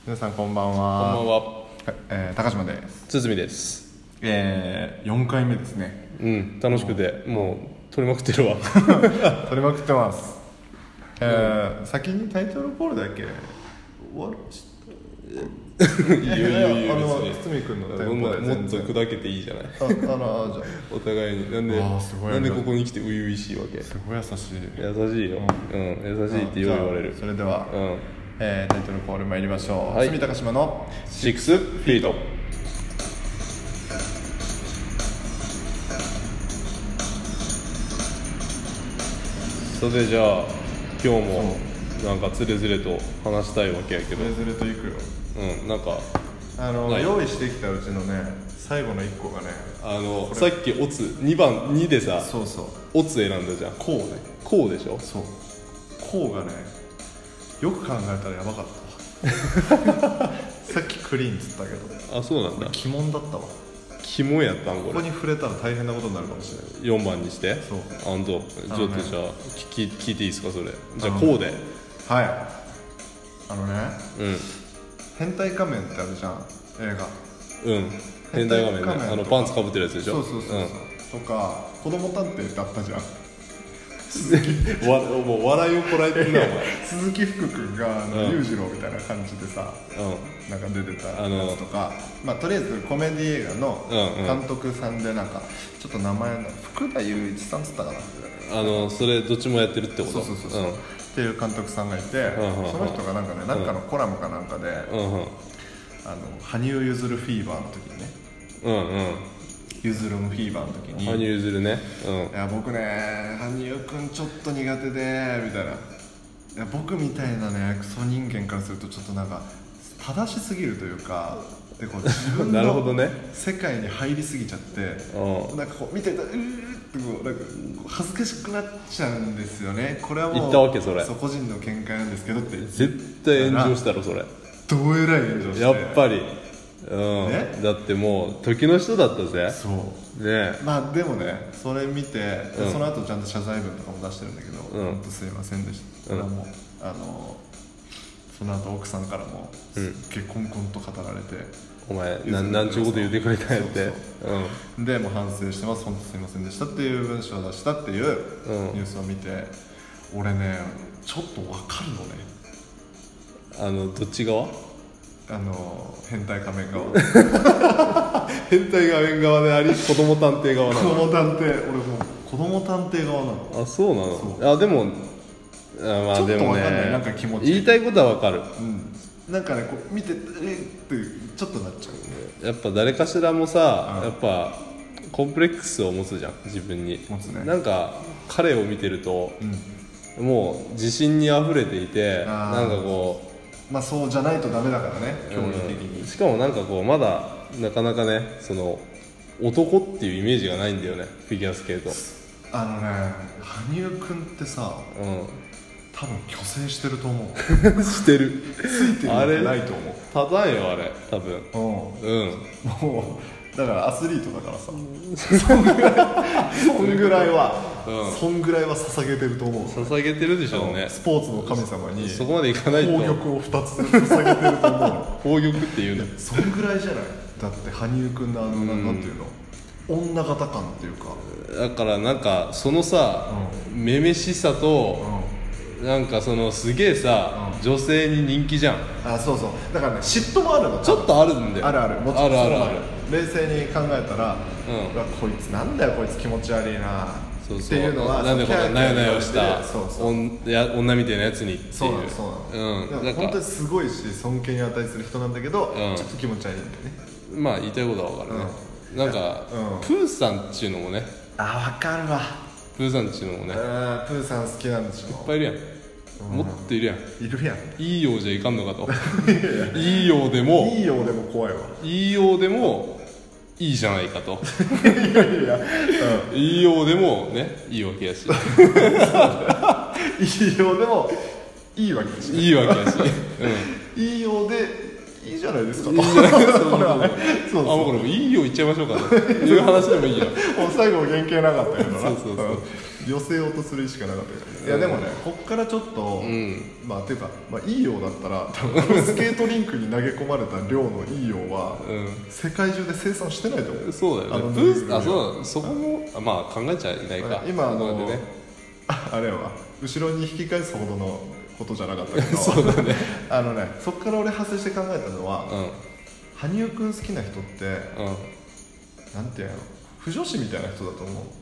皆さんこんばんは。 こんばんは。 高島です。 堤です。 4回目ですね。 楽しくてもう撮りまくってるわ。 撮りまくってます。先にタイトルコールだけ終わろう。 いいよ堤君のテンポでもっと砕けていいじゃない。 じゃあお互いになんでここに来て初々しいわけ。 すごい優しい。 優しいよ。優しいってよう言われる。 それでは、タイトルコール参りましょう。 はい、 堤高島のシックスフィート。それじゃあ今日もなんかつれづれと話したいわけやけど、 ずれといくよ。 なんか用意してきたうちのね最後の1個がね、 さっきオツ2番2でさ、 そうオツ選んだじゃん。 こうね、 こうでしょ。 そう、こうがねよく考えたらやばかったわ。さっきクリーンっつったけど、 あ、そうなんだ。 鬼門だったわ。 肝やったんこれ。 ここに触れたら大変なことになるかもしれない。 4番にして。 そう、 ちょっとじゃあ聞いていいですかそれ。じゃあこうで。 はい、変態仮面ってあるじゃん、映画。 変態仮面ね、パンツかぶってるやつでしょ。 そうとか子供探偵ってあったじゃん。 もう笑いをこらえてるなお前。 鈴木福君が裕次郎みたいな感じでさ、なんか出てたやつとか、とりあえずコメディ映画の監督さんで、なんかちょっと名前の福田雄一さんっつったかな。 それどっちもやってるってこと。 そうっていう監督さんがいて、その人がなんかね、なんかのコラムかなんかで、羽生結弦フィーバーの時にね、ゆずるのフィーバーの時に、 羽生結弦ね、 いや僕ね羽生くんちょっと苦手でみたいな、いや僕みたいなねクソ人間からするとちょっとなんか正しすぎるというか、でこう自分なるほどのね、 世界に入りすぎちゃって、なんかこう見てたらってこうなんか恥ずかしくなっちゃうんですよね。これはもう言ったわけそれ。 個人の見解なんですけどって絶対炎上したろそれ。 どえらい炎上して、 やっぱりだってもう時の人だったぜ。 そうね。 でもね、それ見て、その後ちゃんと謝罪文とかも出してるんだけど、本当すいませんでした。それはもうその後奥さんからも結婚と語られて、 お前なんちゅうこと言ってくれたんやって。 でもう反省してます、本当すいませんでしたっていう文章を出したっていうニュースを見て、俺ねちょっと分かるのね。 どっち側？ 変態仮面側。 変態仮面側であり、子供探偵側なの。 子供探偵、俺もう子供探偵側なの。 あ、そうなの。でもちょっと分かんない、なんか気持ち言いたいことは分かる。 なんかね、こう見てってちょっとなっちゃう。 やっぱ誰かしらもさ、やっぱコンプレックスを持つじゃん、自分に。 持つね。 なんか彼を見てると、もう自信にあふれていて、なんかこうそうじゃないとダメだからね、競技的に。 しかもなんかこうまだなかなかね、その男っていうイメージがないんだよね、フィギュアスケート。 羽生くんってさ、多分虚勢してると思う。 してる。 ついてるわけないと思う。 立たんよあれ多分。 もうだからアスリートだからさ、そんぐらいは捧げてると思う。 捧げてるでしょうね。 スポーツの神様にそこまでいかないと。 宝玉を2つ捧げてると思う。 宝玉っていうの。 そんぐらいじゃない。だって羽生くんのなんていうの、女型感っていうか。 だからなんかそのさ、めめしさと、なんかそのすげえさ、女性に人気じゃん。 そうだからね、嫉妬もあるの。 ちょっとあるんだよ。 あるもちろん。 ある。 冷静に考えたら、こいつなんだよこいつ気持ち悪いなっていうのは、 なんでこのなよなよした女みたいなやつにっていう。 そう本当にすごいし尊敬に値する人なんだけど、ちょっと気持ち悪いんだよね。 言いたいことは分かるね。なんかプーさんっちゅうのもね。 分かるわ。 プーさんっちゅうのもね。 プーさん好きなんでしょ。 いっぱいいるやん。もっといるやん。いいようじゃいかんのかと。いいようでも怖いわ。 いいようでもいいじゃないかと。 いいようでもね、いいわけやし。 いいようでもいいわけやし。 いいわけやし。 いいようでいいじゃないですか。 いいじゃないですか。もうこれいいよ言っちゃいましょうかという話でもいいよ。 もう最後原型なかったけどな。 寄せようとするしかなかったけど、いやでもねこっからちょっと、まあていうか、まあ、いいようだったら多分スケートリンクに投げ込まれた量のいいようは、世界中で生産してないと思う。 そうだよね。そこもまあ考えちゃいないか。 今あれは後ろに引き返すほどのことじゃなかったけどそうだね。 そっから俺派生して考えたのは、羽生くん好きな人って、なんていうの、不女子みたいな人だと思う。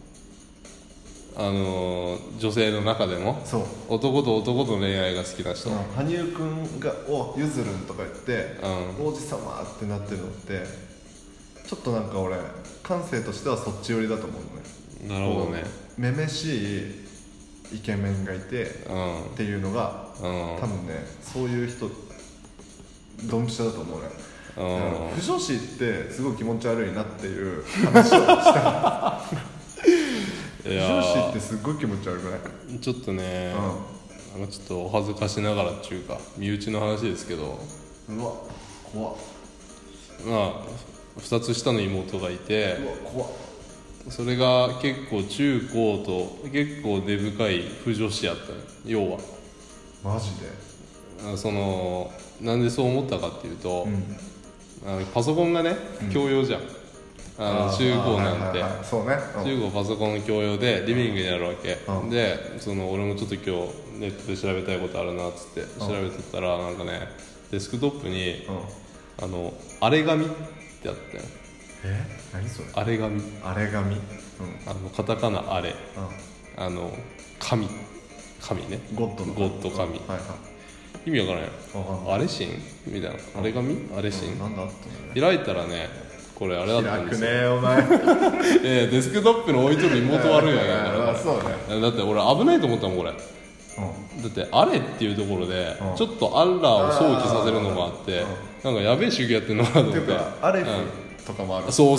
女性の中でもそう男と男と恋愛が好きな人、 羽生くんが「おゆずるん」とか言って「王子様」ってなってるのってちょっとなんか俺感性としてはそっち寄りだと思うのね。 なるほどね。 めめしいイケメンがいて、っていうのが、多分ねそういう人ドンピシャだと思うね。不女子ってすごい気持ち悪いなっていう話をした不女子ってすごい気持ち悪くない？ ちょっとね、ちょっとお恥ずかしながらっていうか身内の話ですけど、 うわ怖っ。 まあ2つ下の妹がいて、 うわ怖っ。 それが結構中高と結構根深い不女子やったの。要はマジでなんでそう思ったかっていうと、パソコンがね共用じゃん、中高なんて、 そうね、 中高パソコン共用でリビングにあるわけ、で俺もちょっと今日ネットで調べたいことあるなっつって調べてたら、なんかねデスクトップに、あれ紙ってあったよ。 何それ？ あれ紙。 あれ紙。 カタカナあれ。紙ね。 ゴッドの紙。意味わからない。あれシンみたいな。あれ紙？あれシン。 なんだって開いたらね、これあれだったんですよ。 開くねお前。 デスクトップの置いとる妹悪いわけだから。 そうね。 だって俺危ないと思ったもんこれ。だってあれっていうところでちょっとアッラーを想起させるのがあって、なんかやべえ主義やってんのかと思って。 アレフとかもある。 そう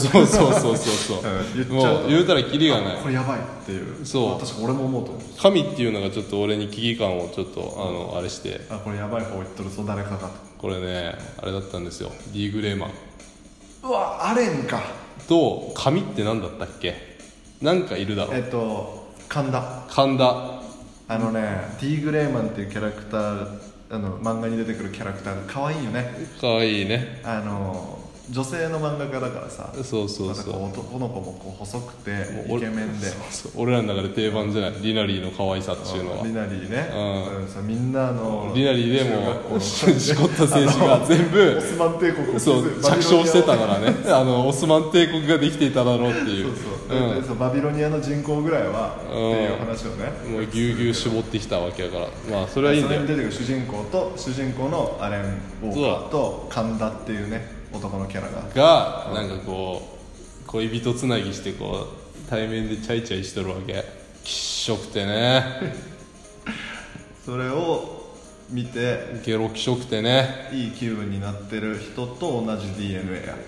もう言うたらキリがない。 これやばいっていう。 そう確か俺も思うと思う。 神っていうのがちょっと俺に危機感をちょっとあれして、 これやばい方言っとるぞ誰かがと。 これねあれだったんですよ。Dグレーマン。 うわアレンか。 と神って何だったっけ？なんかいるだろ。 神田。Dグレーマンっていうキャラクター、漫画に出てくるキャラクターが可愛いよね。 可愛いね。 女性の漫画家だからさ、 そう男の子もこう細くてイケメンで、 俺らの中で定番じゃない。リナリーの可愛さっていうのは。 リナリーね、みんなリナリーでもしこった選手が全部オスマン帝国を着床してたからね。オスマン帝国ができていただろうっていう。 バビロニアの人口ぐらいはっていう話をね、 もうぎゅうぎゅう絞ってきたわけだから、まあそれはいいんだよ。 それに出てくる主人公のアレン・ウォーカーと神田っていうね男のキャラがなんかこう恋人つなぎしてこう対面でチャイチャイしとるわけ。きっしょくてねそれを見てゲロきしょくてね、 いい気分になってる人と同じ DNA や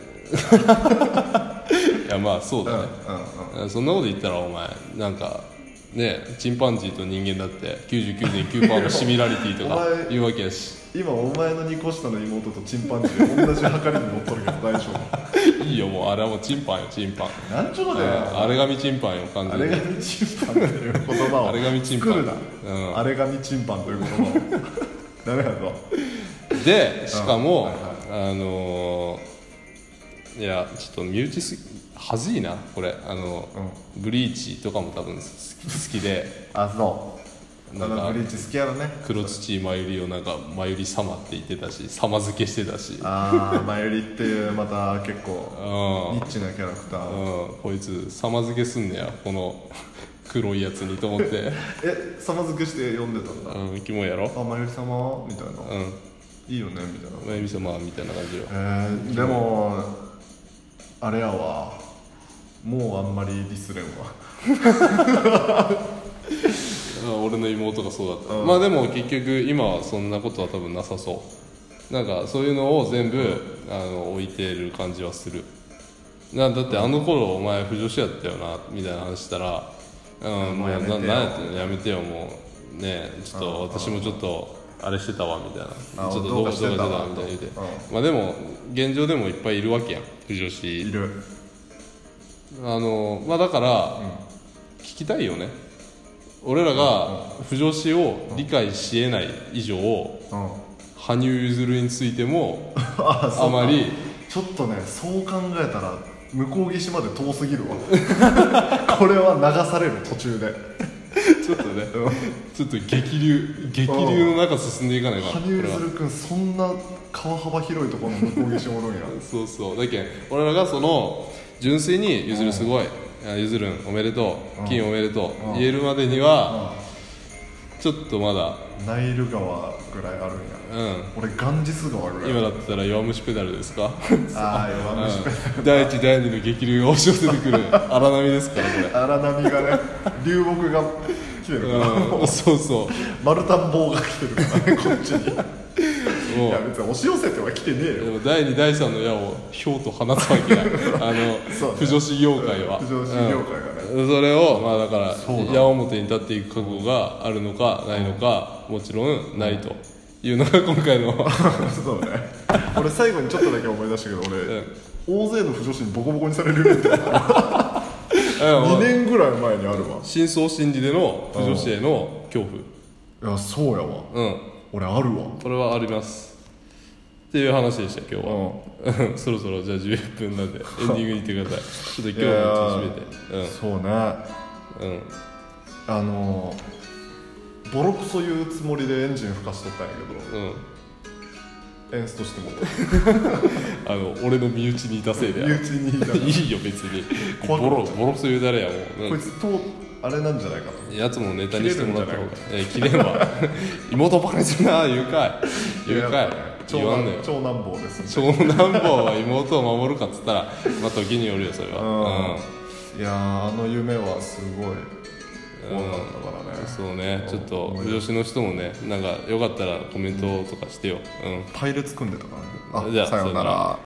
いやまあそうだね、そんなこと言ったらお前なんかねチンパンジーと人間だって 99.9% のシミラリティとか言うわけやし今お前の2個下の妹とチンパンジーで同じ測りに乗っとるけど大丈夫いいよもうあれはもうチンパンよチンパン。 なんちゅうのだよあれがみチンパンよ完全に。 あれがみチンパンという言葉をあれがみチンパン作るな、あれがみチンパンという言葉をダメだぞ。 でしかも、いやちょっと身内はずいなこれブリーチとかも多分好きでそうなんかブリーチ好きやろね。 黒土まゆりをなんかまゆり様って言ってたし様付けしてたし、 まゆりっていうまた結構ニッチなキャラクター、 こいつ様付けすんねやこの黒いやつにと思って様付けして読んでたんだ。 キモいやろ。 まゆり様みたいな、いいよねみたいな。 まゆり様みたいな感じよ。 でもあれやわ、もうあんまりディスれんわ俺の妹がそうだった、まあでも結局今はそんなことは多分なさそう。なんかそういうのを全部置いてる感じはする。だってあの頃お前不女子やったよなみたいな話したら、もうやめてよもうねちょっと私もちょっとあれしてたわみたいな、ちょっとどうかしてたわみたいな言うて、まあでも現状でもいっぱいいるわけやん不女子いる。 まあだから、聞きたいよね俺らが不女子を理解しえない以上、羽生結弦についてもあまりちょっとね、そう考えたら向こう岸まで遠すぎるわこれは流される途中でちょっとね、ちょっと激流の中進んでいかないから。 羽生結弦君そんな川幅広いところの向こう岸おるんやそうそう、だけん俺らがその純粋にゆずるすごい、ゆずるんおめでとう、金おめでとう言えるまでにはちょっとまだナイル川ぐらいあるんや、俺ガンジス川ぐらい今だったら弱虫ペダルですかああ弱虫ペダル、 第一第二の激流が押し寄せてくる荒波ですからこれ荒波がね流木が来てるから、 そうそう丸太ん棒が来てるからねこっちにいや別に押し寄せては来てねえよ。 でも第2第3の矢をひょうと放つわけない不女子業界は、 不女子業界がね、 それをまあだから矢面に立っていく覚悟があるのかないのか、もちろんないというのが今回のそうね、俺最後にちょっとだけ思い出したけど俺、大勢の不女子にボコボコにされるみたいな2年ぐらい前にあるわ。 深層心理での不女子への恐怖、 いやそうやわ、俺あるわ。 これはありますっていう話でした今日は、そろそろじゃあ11分なんでエンディングに行ってくださいちょっと今日のうち締めて、 そうね、ボロクソ言うつもりでエンジン吹かしとったんやけど、エンストしても俺の身内にいたせいで身内にいたいいよ別にボロクソ言う誰やもう、 こいつあれなんじゃないかと、 やつもネタにしてもらった方が切れんわ妹バカにするな言うかい言わんのよ。 長男坊です長男坊は妹を守るかっつったらまあ時によるよそれは、 いやあの夢はすごい怖かったからね、 そうね、ちょっと不女子の人もねなんかよかったらコメントとかしてよ、 隊列組んでたからね。 じゃあさようなら。